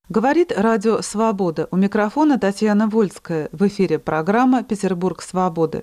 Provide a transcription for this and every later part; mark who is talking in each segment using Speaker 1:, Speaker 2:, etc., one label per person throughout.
Speaker 1: Говорит радио «Свобода». У микрофона Татьяна Вольская. В эфире программа «Петербург свободы».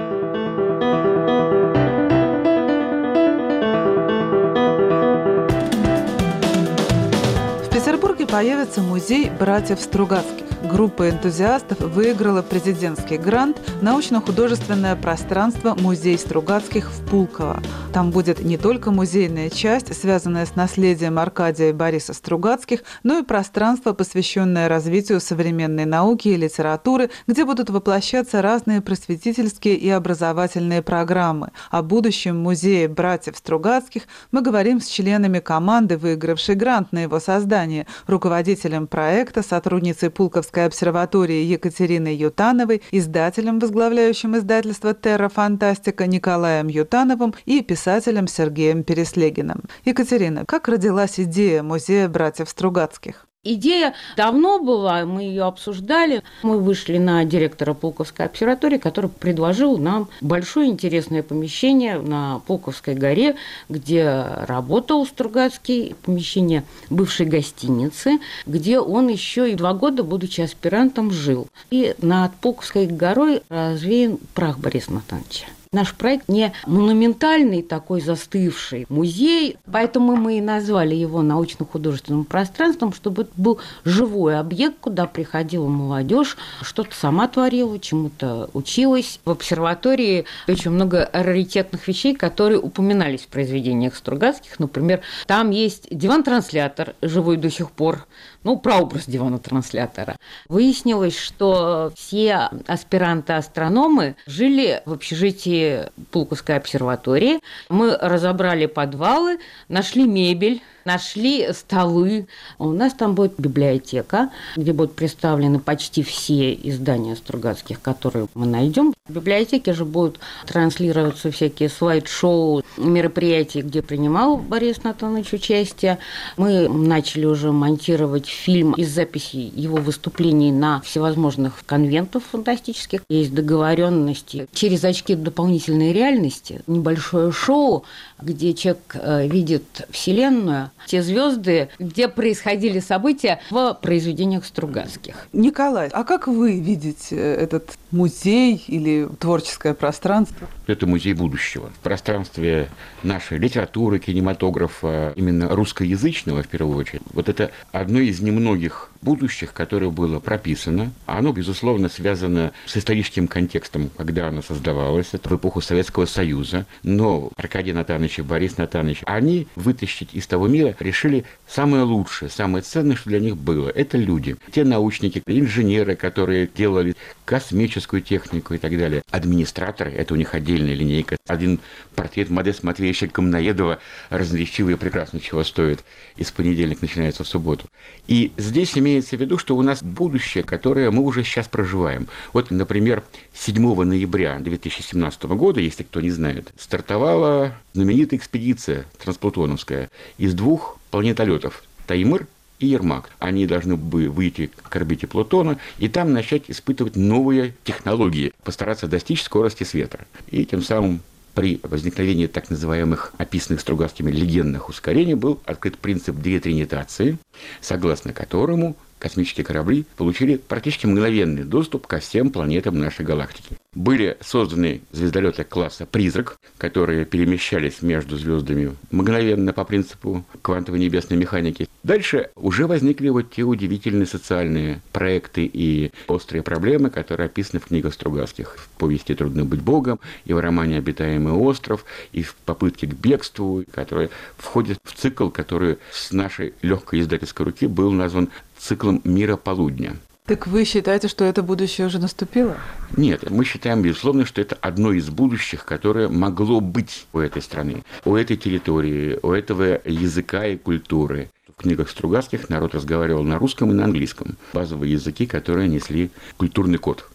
Speaker 1: В Петербурге появится музей братьев Стругацких. Группа энтузиастов выиграла президентский грант «Научно-художественное пространство Музей Стругацких» в Пулково. Там будет не только музейная часть, связанная с наследием Аркадия и Бориса Стругацких, но и пространство, посвященное развитию современной науки и литературы, где будут воплощаться разные просветительские и образовательные программы. О будущем музее братьев Стругацких мы говорим с членами команды, выигравшей грант на его создание, руководителем проекта, сотрудницей Пулковской обсерватории Екатериной Ютановой, издателем, возглавляющим издательство «Терра Фантастика» Николаем Ютановым и писателем Сергеем Переслегиным. Екатерина, как родилась идея музея братьев Стругацких?
Speaker 2: Идея давно была, мы ее обсуждали. Мы вышли на директора Пулковской обсерватории, который предложил нам большое интересное помещение на Пулковской горе, где работал Стругацкий, помещение бывшей гостиницы, где он еще и 2 года, будучи аспирантом, жил. И над Пулковской горой развеян прах Бориса Натановича. Наш проект не монументальный такой застывший музей, поэтому мы и назвали его научно-художественным пространством, чтобы это был живой объект, куда приходила молодежь, что-то сама творила, чему-то училась. В обсерватории очень много раритетных вещей, которые упоминались в произведениях Стругацких. Например, там есть диван-транслятор, живой до сих пор, прообраз дивана-транслятора. Выяснилось, что все аспиранты-астрономы жили в общежитии Пулковской обсерватории. Мы разобрали подвалы, нашли мебель, нашли столы. У нас там будет библиотека, где будут представлены почти все издания Стругацких, которые мы найдем. В библиотеке же будут транслироваться всякие слайд-шоу, мероприятия, где принимал Борис Натанович участие. Мы начали уже монтировать фильм из записей его выступлений на всевозможных конвентах фантастических. Есть договоренности через очки дополнительной реальности. Небольшое шоу, где человек видит Вселенную, те звезды, где происходили события в произведениях Стругацких.
Speaker 1: Николай, а как вы видите этот музей или творческое пространство?
Speaker 3: Это музей будущего. В пространстве нашей литературы, кинематографа, именно русскоязычного, в первую очередь, вот это одно из немногих будущих, которое было прописано. Оно, безусловно, связано с историческим контекстом, когда оно создавалось. Это в эпоху Советского Союза. Но Аркадий Натанович и Борис Натанович, они вытащить из того мира решили самое лучшее, самое ценное, что для них было. Это люди. Те научники, инженеры, которые делали космическую технику и так далее. Администраторы, это у них отдельная линейка. Один портрет Модеста Матвеевича Комноедова разноречивый и прекрасно чего стоит. Из понедельника начинается в субботу. И здесь имеется в виду, что у нас будущее, которое мы уже сейчас проживаем. Вот, например, 7 ноября 2017 года, если кто не знает, стартовала знаменитая экспедиция трансплутоновская из 2 планетолетов «Таймыр» и «Ермак». Они должны были выйти к орбите Плутона и там начать испытывать новые технологии, постараться достичь скорости света. И тем самым при возникновении так называемых, описанных Стругацкими, легендных ускорений был открыт принцип детринитации, согласно которому космические корабли получили практически мгновенный доступ ко всем планетам нашей галактики. Были созданы звездолеты класса «Призрак», которые перемещались между звездами мгновенно по принципу квантовой небесной механики. Дальше уже возникли вот те удивительные социальные проекты и острые проблемы, которые описаны в книгах Стругацких. В повести «Трудно быть Богом», и в романе «Обитаемый остров», и в попытке к бегству, которые входят в цикл, который с нашей легкой издательской руки был назван циклом «Мира полудня».
Speaker 1: Так вы считаете, что это будущее уже наступило?
Speaker 3: Нет, мы считаем, безусловно, что это одно из будущих, которое могло быть у этой страны, у этой территории, у этого языка и культуры. В книгах Стругацких народ разговаривал на русском и на английском. Базовые языки, которые несли культурный код.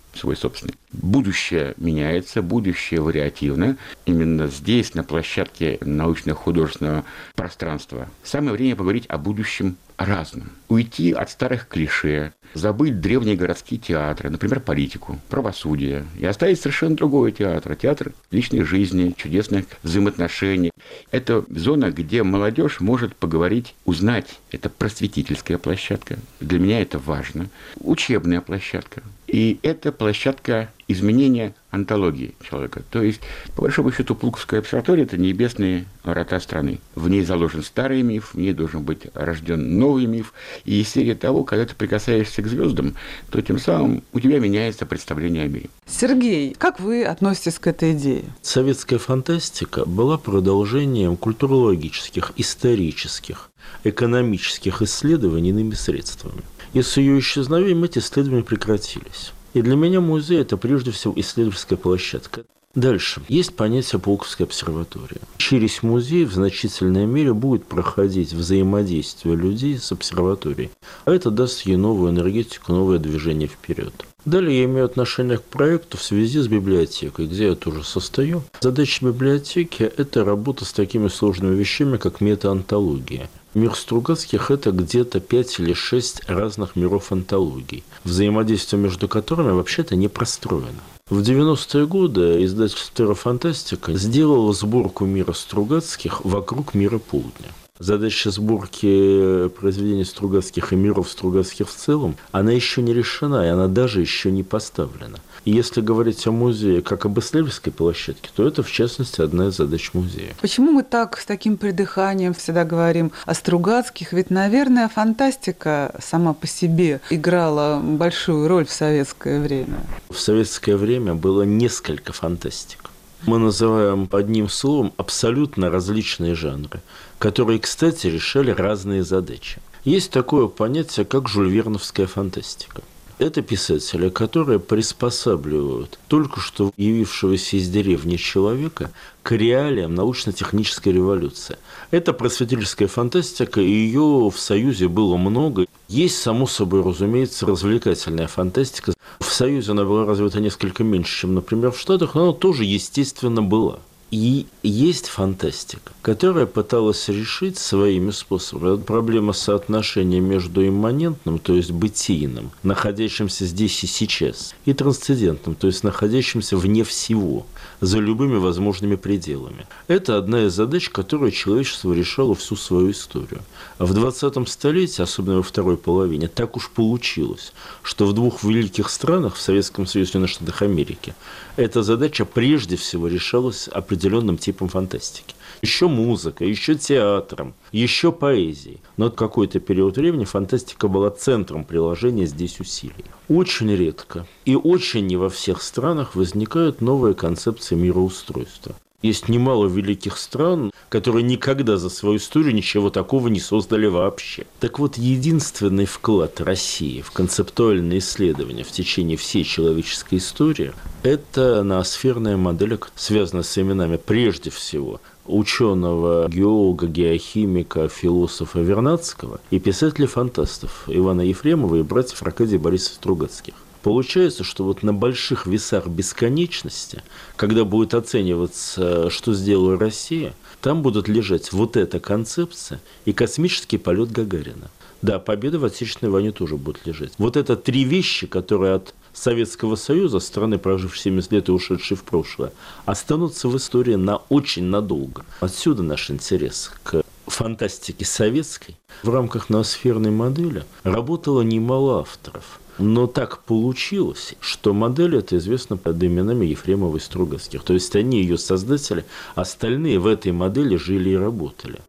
Speaker 3: свой собственный. Будущее меняется, будущее вариативно. Именно здесь, на площадке научно-художественного пространства, самое время поговорить о будущем разном. Уйти от старых клише, забыть древние городские театры, например, политику, правосудие, и оставить совершенно другой театр. Театр личной жизни, чудесных взаимоотношений. Это зона, где молодежь может поговорить, узнать. Это просветительская площадка. Для меня это важно. Учебная площадка. И это площадка изменения онтологии человека. То есть, по большому счету, Пулковская обсерватория – это небесные врата страны. В ней заложен старый миф, в ней должен быть рожден новый миф. И из серии того, когда ты прикасаешься к звездам, то тем самым у тебя меняется представление о мире.
Speaker 1: Сергей, как вы относитесь к этой идее?
Speaker 4: Советская фантастика была продолжением культурологических, исторических, экономических исследований иными средствами. И с ее исчезновением эти исследования прекратились. И для меня музей – это прежде всего исследовательская площадка. Дальше. Есть понятие Пулковской обсерватории. Через музей в значительной мере будет проходить взаимодействие людей с обсерваторией. А это даст ей новую энергетику, новое движение вперед. Далее я имею отношение к проекту в связи с библиотекой, где я тоже состою. Задача библиотеки – это работа с такими сложными вещами, как метаонтология. Мир Стругацких – это где-то 5 или 6 разных миров онтологий, взаимодействие между которыми вообще-то не простроено. В 90-е годы издательство «Терра Фантастика» сделало сборку мира Стругацких вокруг мира Полдня. Задача сборки произведений Стругацких и миров Стругацких в целом, она еще не решена, и она даже еще не поставлена. И если говорить о музее как об исследовательской площадке, то это, в частности, одна из задач музея.
Speaker 1: Почему мы так с таким придыханием всегда говорим о Стругацких? Ведь, наверное, фантастика сама по себе играла большую роль в советское время.
Speaker 4: В советское время было несколько фантастик. Мы называем одним словом абсолютно различные жанры, которые, кстати, решали разные задачи. Есть такое понятие, как жюльверновская фантастика. Это писатели, которые приспосабливают только что явившегося из деревни человека к реалиям научно-технической революции. Это просветительская фантастика, и ее в Союзе было много. Есть, само собой, разумеется, развлекательная фантастика. В Союзе она была развита несколько меньше, чем, например, в Штатах, но она тоже, естественно, была. И есть фантастика, которая пыталась решить своими способами проблему соотношения между имманентным, то есть бытийным, находящимся здесь и сейчас, и трансцендентным, то есть находящимся вне всего, за любыми возможными пределами. Это одна из задач, которую человечество решало всю свою историю. А в 20-м столетии, особенно во второй половине, так уж получилось, что в двух великих странах, в Советском Союзе и Соединенных Штатах Америки, эта задача прежде всего решалась определенным типом фантастики. Еще музыка, еще театром, еще поэзией. Но в какой-то период времени фантастика была центром приложения здесь усилий. Очень редко и очень не во всех странах возникают новые концепции мироустройства. Есть немало великих стран, которые никогда за свою историю ничего такого не создали вообще. Так вот, единственный вклад России в концептуальные исследования в течение всей человеческой истории – это ноосферная модель, связанная с именами прежде всего ученого, геолога, геохимика, философа Вернадского и писателей-фантастов Ивана Ефремова и братьев Аркадия и Бориса Стругацких. Получается, что вот на больших весах бесконечности, когда будет оцениваться, что сделала Россия, там будут лежать вот эта концепция и космический полет Гагарина. Да, победа в Отечественной войне тоже будет лежать. Вот это три вещи, которые от Советского Союза, страны, прожившей 70 лет и ушедшей в прошлое, останутся в истории на очень надолго. Отсюда наш интерес к фантастике советской. В рамках ноосферной модели работало немало авторов. Но так получилось, что модель эта известна под именами Ефремова и Стругацких. То есть они ее создатели, остальные в этой модели жили и работали.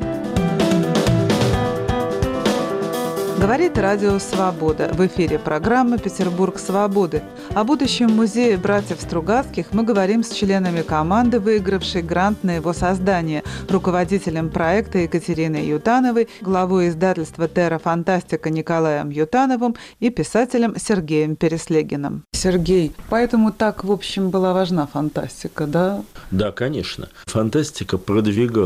Speaker 1: Говорит Радио Свобода. В эфире программа «Петербург свободы». О будущем музея братьев Стругацких мы говорим с членами команды, выигравшей грант на его создание, руководителем проекта Екатериной Ютановой, главой издательства «Терра Фантастика» Николаем Ютановым и писателем Сергеем Переслегиным. Сергей, поэтому так, в общем, была важна фантастика, да?
Speaker 4: Да, конечно. Фантастика продвигала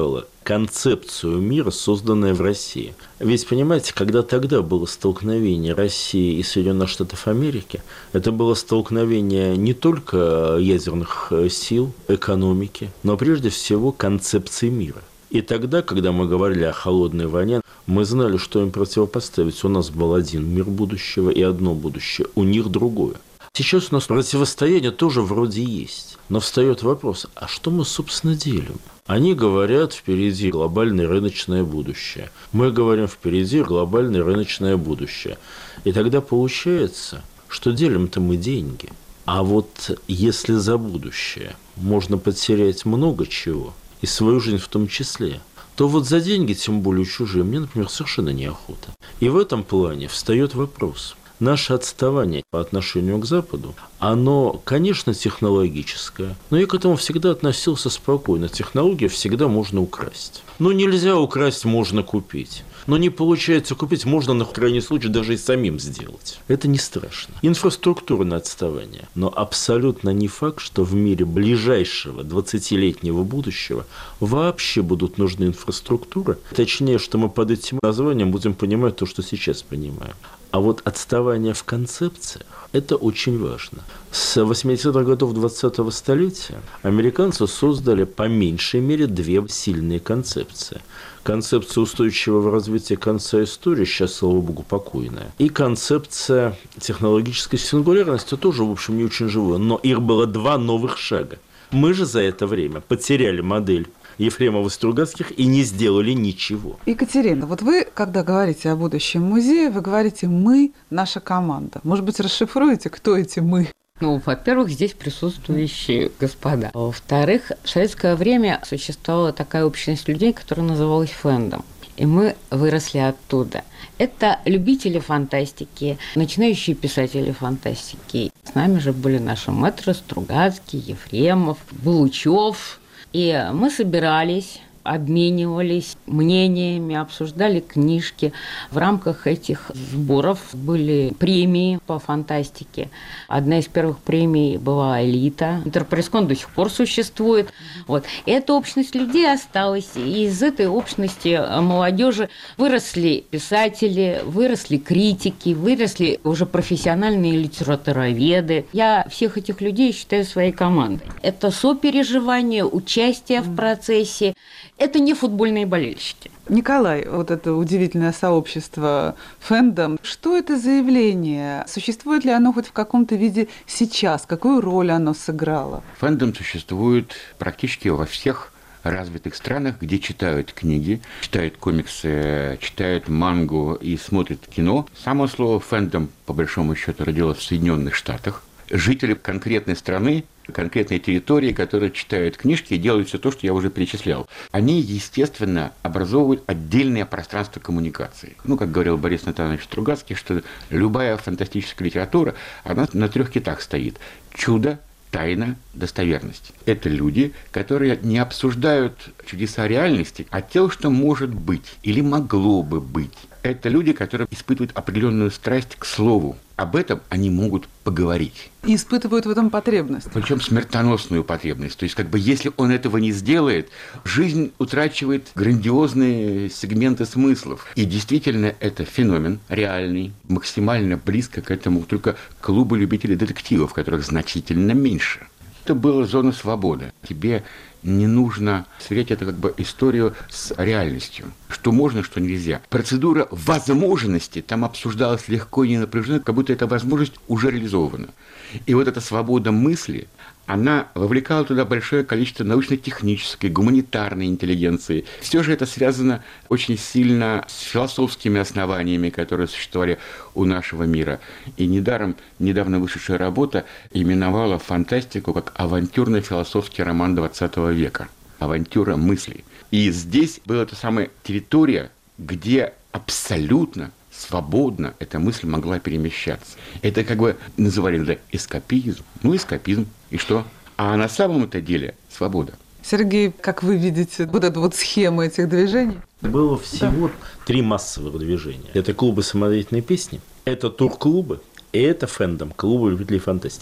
Speaker 4: концепцию мира, созданную в России. Ведь, понимаете, когда тогда было столкновение России и Соединенных Штатов Америки, это было столкновение не только ядерных сил, экономики, но прежде всего концепции мира. И тогда, когда мы говорили о холодной войне, мы знали, что им противопоставить. У нас был один мир будущего и одно будущее, у них другое. Сейчас у нас противостояние тоже вроде есть. Но встает вопрос, а что мы, собственно, делим? Они говорят, впереди глобальное рыночное будущее. Мы говорим, впереди глобальное рыночное будущее. И тогда получается, что делим-то мы деньги. А вот если за будущее можно потерять много чего, и свою жизнь в том числе, то вот за деньги, тем более чужие, мне, например, совершенно неохота. И в этом плане встает вопрос. Наше отставание по отношению к Западу, оно, конечно, технологическое, но я к этому всегда относился спокойно. Технологию всегда можно украсть. Но нельзя украсть, можно купить. Но не получается купить, можно на крайний случай даже и самим сделать. Это не страшно. Инфраструктурное отставание. Но абсолютно не факт, что в мире ближайшего 20-летнего будущего вообще будут нужны инфраструктуры. Точнее, что мы под этим названием будем понимать то, что сейчас понимаем. А вот отставание в концепциях – это очень важно. С 80-х годов 20-го столетия американцы создали по меньшей мере две сильные концепции. Концепция устойчивого развития конца истории, сейчас, слава богу, покойная. И концепция технологической сингулярности тоже, в общем, не очень живая. Но их было два новых шага. Мы же за это время потеряли модель Ефремова-Стругацких и не сделали ничего.
Speaker 1: Екатерина, вот вы, когда говорите о будущем музея, вы говорите «мы», наша команда. Может быть, расшифруете, кто эти «мы»?
Speaker 2: Ну, во-первых, здесь присутствующие господа. Во-вторых, в советское время существовала такая общность людей, которая называлась фэндом. И мы выросли оттуда. Это любители фантастики, начинающие писатели фантастики. С нами же были наши мэтры Стругацкий, Ефремов, Булычев. И мы собирались, обменивались мнениями, обсуждали книжки. В рамках этих сборов были премии по фантастике. Одна из первых премий была «Элита». Интерпресскон до сих пор существует. Вот. И эта общность людей осталась. И из этой общности молодежи выросли писатели, выросли критики, выросли уже профессиональные литературоведы. Я всех этих людей считаю своей командой. Это сопереживание, участие в процессе. Это не футбольные болельщики.
Speaker 1: Николай, вот это удивительное сообщество фэндом, что это за явление? Существует ли оно хоть в каком-то виде сейчас? Какую роль оно сыграло?
Speaker 3: Фэндом существует практически во всех развитых странах, где читают книги, читают комиксы, читают мангу и смотрят кино. Само слово «фэндом», по большому счету, родилось в Соединенных Штатах. Жители конкретной страны, конкретной территории, которые читают книжки и делают все то, что я уже перечислял, они, естественно, образовывают отдельное пространство коммуникации. Ну, как говорил Борис Натанович Стругацкий, что любая фантастическая литература, она на 3 китах стоит. Чудо, тайна, достоверность. Это люди, которые не обсуждают чудеса реальности, а то, что может быть или могло бы быть. Это люди, которые испытывают определенную страсть к слову. Об этом они могут поговорить.
Speaker 1: И испытывают в этом потребность.
Speaker 3: Причем смертоносную потребность. То есть, если он этого не сделает, жизнь утрачивает грандиозные сегменты смыслов. И действительно, это феномен реальный, максимально близко к этому только клубу любителей детективов, которых значительно меньше. Это была зона свободы. Тебе не нужно сверять это историю с реальностью. Что можно, что нельзя. Процедура возможности там обсуждалась легко и не напряженно, как будто эта возможность уже реализована. И вот эта свобода мысли, она вовлекала туда большое количество научно-технической, гуманитарной интеллигенции. Все же это связано очень сильно с философскими основаниями, которые существовали у нашего мира. И недаром недавно вышедшая работа именовала фантастику как авантюрно-философский роман XX века. Авантюра мыслей. И здесь была та самая территория, где абсолютно свободно эта мысль могла перемещаться. Это называли эскапизм. Ну, эскапизм. И что? А на самом-то деле свобода.
Speaker 1: Сергей, как вы видите вот эту схему этих движений?
Speaker 4: Было всего 3 массовых движения. Это клубы самодеятельной песни, это тур-клубы, и это фэндом, клубы любителей фантастики.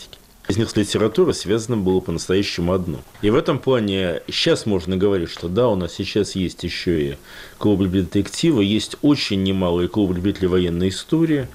Speaker 4: Из них с литературой связано было по-настоящему одно. И в этом плане сейчас можно говорить, что да, у нас сейчас есть еще и клуб любителей детектива, есть очень немалый клуб любителей военной истории.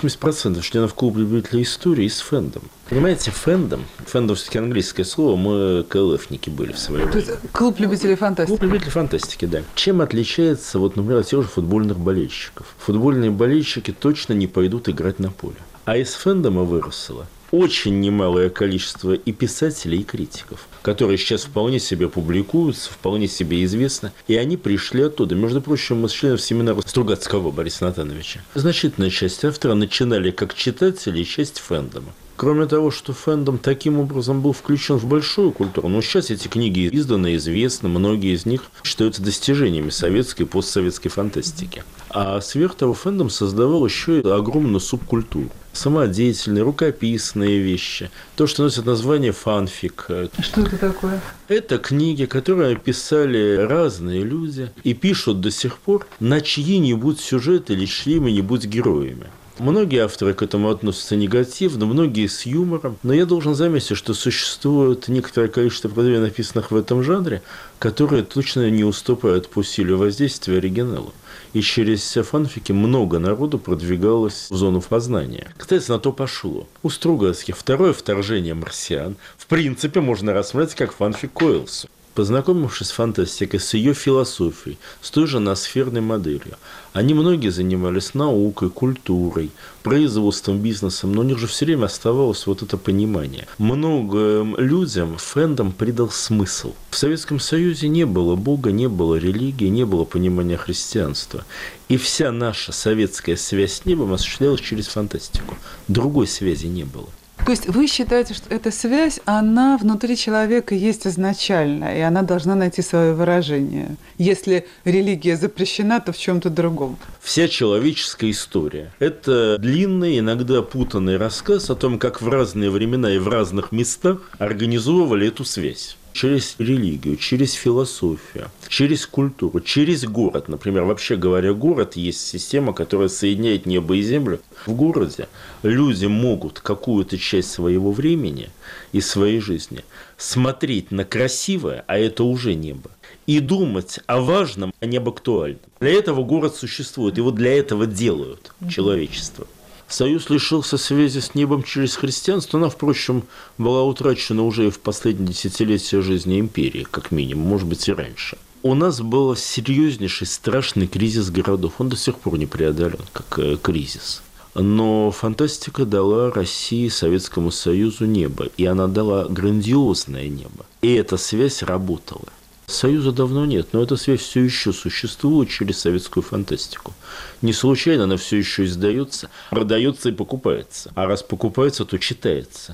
Speaker 4: 80% членов клуба любителей истории из фэндом. Понимаете, фэндом все-таки английское слово, мы КЛФники были в свое время.
Speaker 1: То есть клуб любителей фантастики.
Speaker 4: Клуб любителей фантастики, да. Чем отличается, вот, например, от тех же футбольных болельщиков? Футбольные болельщики точно не пойдут играть на поле. А из фэндома выросло очень немалое количество и писателей, и критиков, которые сейчас вполне себе публикуются, вполне себе известны, и они пришли оттуда. Между прочим, мы с членов семинара Стругацкого Бориса Натановича. Значительная часть автора начинали как читатели и часть фэндома. Кроме того, что фэндом таким образом был включен в большую культуру, но сейчас эти книги изданы, известны, многие из них считаются достижениями советской и постсоветской фантастики. А сверх того, фэндом создавал еще и огромную субкультуру. Самодеятельные, рукописные вещи. То, что носит название фанфик.
Speaker 1: Что это такое?
Speaker 4: Это книги, которые писали разные люди и пишут до сих пор на чьи-нибудь сюжеты или чьими-нибудь героями. Многие авторы к этому относятся негативно, многие с юмором, но я должен заметить, что существует некоторое количество произведений, написанных в этом жанре, которые точно не уступают по силе воздействия оригиналу. И через фанфики много народу продвигалось в зону познания. Кстати, на то пошло. У Стругацких второе вторжение марсиан в принципе можно рассмотреть как фанфик к Уэллсу. Познакомившись с фантастикой, с ее философией, с той же ноосферной моделью, они многие занимались наукой, культурой, производством, бизнесом, но у них же все время оставалось вот это понимание. Многим людям фэндом придал смысл. В Советском Союзе не было Бога, не было религии, не было понимания христианства. И вся наша советская связь с небом осуществлялась через фантастику. Другой связи не было.
Speaker 1: То есть вы считаете, что эта связь, она внутри человека есть изначально, и она должна найти свое выражение. Если религия запрещена, то в чем-то другом.
Speaker 4: Вся человеческая история – это длинный, иногда путанный рассказ о том, как в разные времена и в разных местах организовывали эту связь. Через религию, через философию, через культуру, через город. Например, вообще говоря, город есть система, которая соединяет небо и землю. В городе люди могут какую-то часть своего времени и своей жизни смотреть на красивое, а это уже небо, и думать о важном, а не об актуальном. Для этого город существует, его для этого делают человечество. Союз лишился связи с небом через христианство, она, впрочем, была утрачена уже и в последние десятилетия жизни империи, как минимум, может быть, и раньше. У нас был серьезнейший, страшный кризис городов, он до сих пор не преодолен, как кризис. Но фантастика дала России, Советскому Союзу небо, и она дала грандиозное небо. И эта связь работала. Союза давно нет, но эта связь все еще существует через советскую фантастику. Не случайно она все еще издается, продается и покупается. А раз покупается, то читается.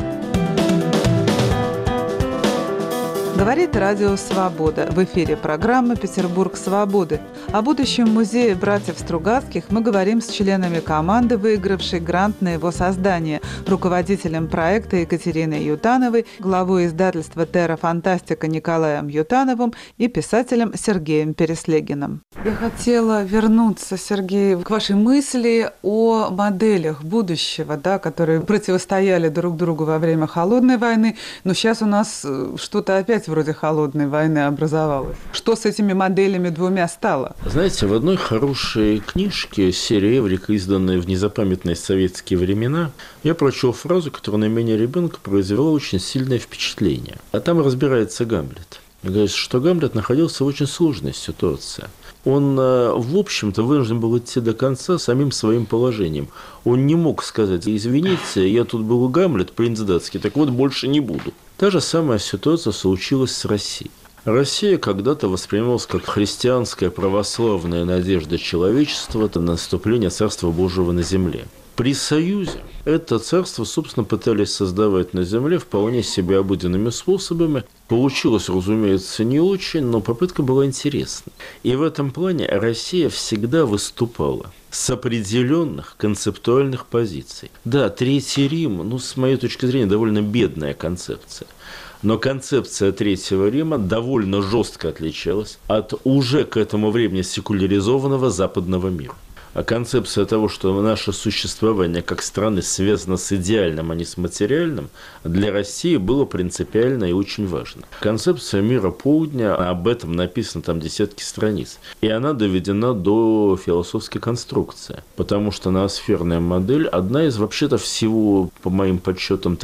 Speaker 1: Говорит Радио Свобода. В эфире программа «Петербург свободы». О будущем музея братьев Стругацких мы говорим с членами команды, выигравшей грант на его создание, руководителем проекта Екатериной Ютановой, главой издательства «Терра Фантастика» Николаем Ютановым и писателем Сергеем Переслегиным. Я хотела вернуться, Сергей, к вашей мысли о моделях будущего, да, которые противостояли друг другу во время Холодной войны, но сейчас у нас что-то опять вроде холодной войны образовалось. Что с этими моделями двумя стало?
Speaker 4: Знаете, в одной хорошей книжке, серии «Эврика», изданной в незапамятные советские времена, я прочел фразу, которая на меня ребенка произвела очень сильное впечатление. А там разбирается Гамлет. Говорится, что Гамлет находился в очень сложной ситуации. Он, в общем-то, вынужден был идти до конца самим своим положением. Он не мог сказать: извините, я тут был Гамлет, принц датский, так вот больше не буду. Та же самая ситуация случилась с Россией. Россия когда-то воспринималась как христианская православная надежда человечества на наступление Царства Божьего на земле. При Союзе это царство, собственно, пытались создавать на земле вполне себе обыденными способами. Получилось, разумеется, не очень, но попытка была интересной. И в этом плане Россия всегда выступала с определенных концептуальных позиций. Да, Третий Рим, с моей точки зрения, довольно бедная концепция. Но концепция Третьего Рима довольно жестко отличалась от уже к этому времени секуляризованного западного мира. А концепция того, что наше существование как страны связано с идеальным, а не с материальным, для России было принципиально и очень важно. Концепция мира полдня, об этом написано там десятки страниц. И она доведена до философской конструкции. Потому что ноосферная модель одна из вообще-то всего, по моим подсчетам,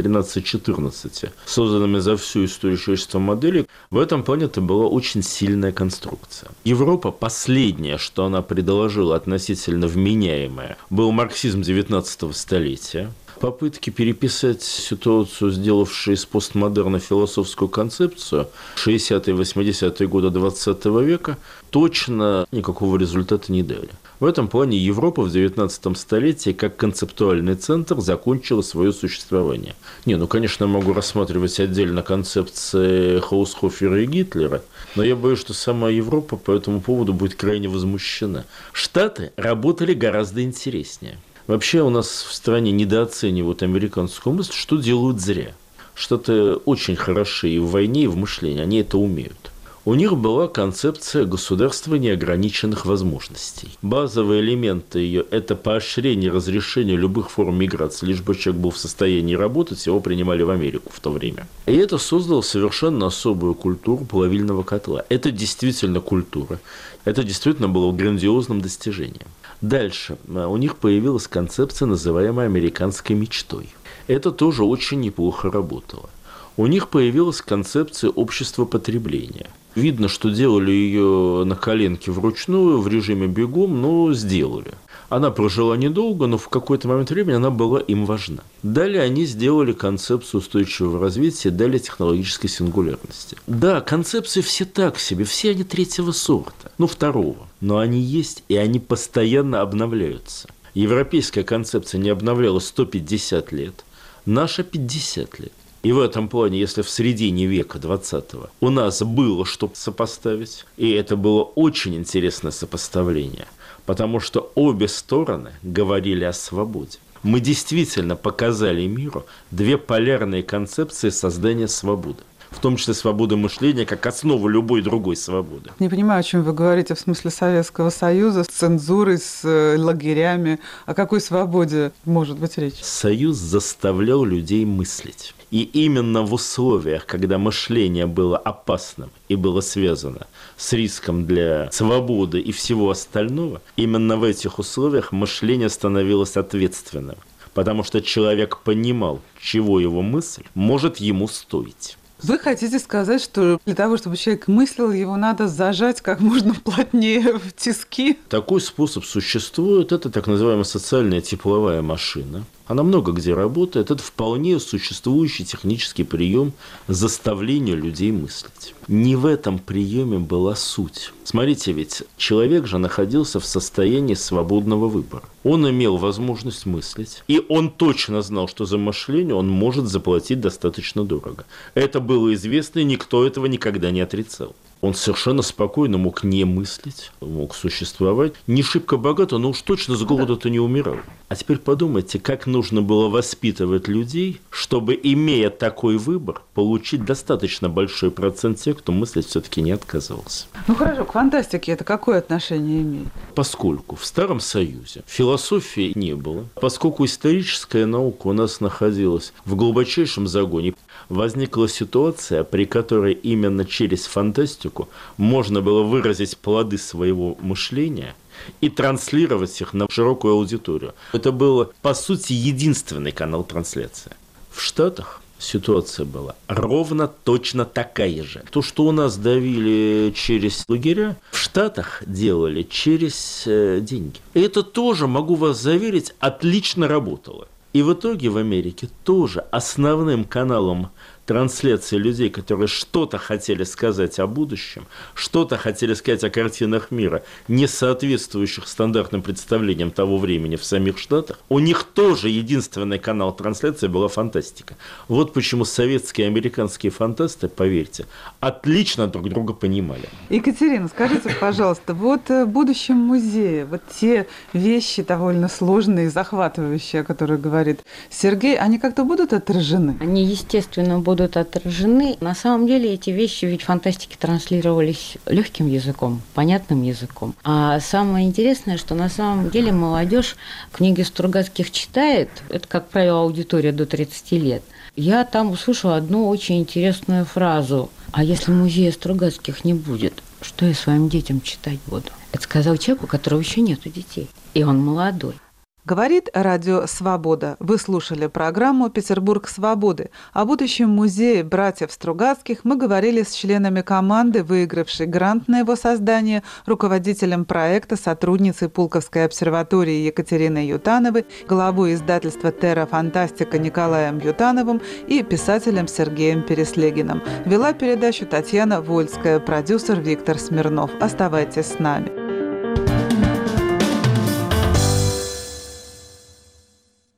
Speaker 4: 13-14 созданными за всю историю человечества моделей. В этом плане это была очень сильная конструкция. Европа, последнее, что она предложила относительно вменяемое, был марксизм 19 столетия. Попытки переписать ситуацию, сделавшие из постмодерна философскую концепцию 60-е, 80-е годы 20 века, точно никакого результата не дали. В этом плане Европа в 19 столетии как концептуальный центр закончила свое существование. Конечно, я могу рассматривать отдельно концепции Хаусхофера и Гитлера, но я боюсь, что сама Европа по этому поводу будет крайне возмущена. Штаты работали гораздо интереснее. Вообще у нас в стране недооценивают американскую мысль, что делают зря. Штаты очень хороши и в войне, и в мышлении, они это умеют. У них была концепция государства неограниченных возможностей. Базовые элементы ее – это поощрение разрешения любых форм миграции, лишь бы человек был в состоянии работать, его принимали в Америку в то время. И это создало совершенно особую культуру плавильного котла. Это действительно культура. Это действительно было грандиозным достижением. Дальше у них появилась концепция, называемая американской мечтой. Это тоже очень неплохо работало. У них появилась концепция общества потребления. Видно, что делали ее на коленке вручную, в режиме бегом, но сделали. Она прожила недолго, но в какой-то момент времени она была им важна. Далее они сделали концепцию устойчивого развития, дали технологической сингулярности. Да, концепции все так себе, все они третьего сорта, второго. Но они есть, и они постоянно обновляются. Европейская концепция не обновлялась 150 лет, наша 50 лет. И в этом плане, если в середине века 20-го у нас было что сопоставить, и это было очень интересное сопоставление, потому что обе стороны говорили о свободе. Мы действительно показали миру две полярные концепции создания свободы. В том числе свободы мышления, как основу любой другой свободы.
Speaker 1: Не понимаю, о чем вы говорите в смысле Советского Союза, с цензурой, с лагерями. О какой свободе может быть речь?
Speaker 4: Союз заставлял людей мыслить. И именно в условиях, когда мышление было опасным и было связано с риском для свободы и всего остального, именно в этих условиях мышление становилось ответственным. Потому что человек понимал, чего его мысль может ему стоить.
Speaker 1: Вы хотите сказать, что для того, чтобы человек мыслил, его надо зажать как можно плотнее в тиски?
Speaker 4: Такой способ существует. Это так называемая социальная тепловая машина. Она много где работает. Это вполне существующий технический прием заставления людей мыслить. Не в этом приеме была суть. Смотрите, ведь человек же находился в состоянии свободного выбора. Он имел возможность мыслить, и он точно знал, что за мышление он может заплатить достаточно дорого. Это было известно, и никто этого никогда не отрицал. Он совершенно спокойно мог не мыслить, мог существовать. Не шибко богато, но уж точно с голода-то не умирал. А теперь подумайте, как нужно было воспитывать людей, чтобы, имея такой выбор, получить достаточно большой процент тех, кто мыслить все-таки не отказывался.
Speaker 1: Хорошо, к фантастике это какое отношение имеет?
Speaker 4: Поскольку в Старом Союзе философии не было, поскольку историческая наука у нас находилась в глубочайшем загоне, возникла ситуация, при которой именно через фантастику можно было выразить плоды своего мышления и транслировать их на широкую аудиторию. Это был, по сути, единственный канал трансляции. В Штатах ситуация была ровно точно такая же. То, что у нас давили через лагеря, в Штатах делали через деньги. И это тоже, могу вас заверить, отлично работало. И в итоге в Америке тоже основным каналом трансляции людей, которые что-то хотели сказать о будущем, что-то хотели сказать о картинах мира, не соответствующих стандартным представлениям того времени в самих Штатах, у них тоже единственный канал трансляции была фантастика. Вот почему советские и американские фантасты, поверьте, отлично друг друга понимали.
Speaker 1: Екатерина, скажите, пожалуйста, в будущем музее, те вещи довольно сложные и захватывающие, о которых говорит Сергей, они как-то будут отражены?
Speaker 2: Они, естественно, будут будут отражены. На самом деле эти вещи, ведь фантастики транслировались легким языком, понятным языком. А самое интересное, что на самом деле молодежь книги Стругацких читает, это, как правило, аудитория до 30 лет. Я там услышала одну очень интересную фразу: «А если музея Стругацких не будет, что я своим детям читать буду?» Это сказал человек, у которого еще нету детей, и он молодой.
Speaker 1: Говорит радио «Свобода». Вы слушали программу «Петербург свободы». О будущем музее братьев Стругацких мы говорили с членами команды, выигравшей грант на его создание, руководителем проекта, сотрудницей Пулковской обсерватории Екатериной Ютановой, главой издательства «Терра Фантастика» Николаем Ютановым и писателем Сергеем Переслегиным. Вела передачу Татьяна Вольская, продюсер Виктор Смирнов. Оставайтесь с нами.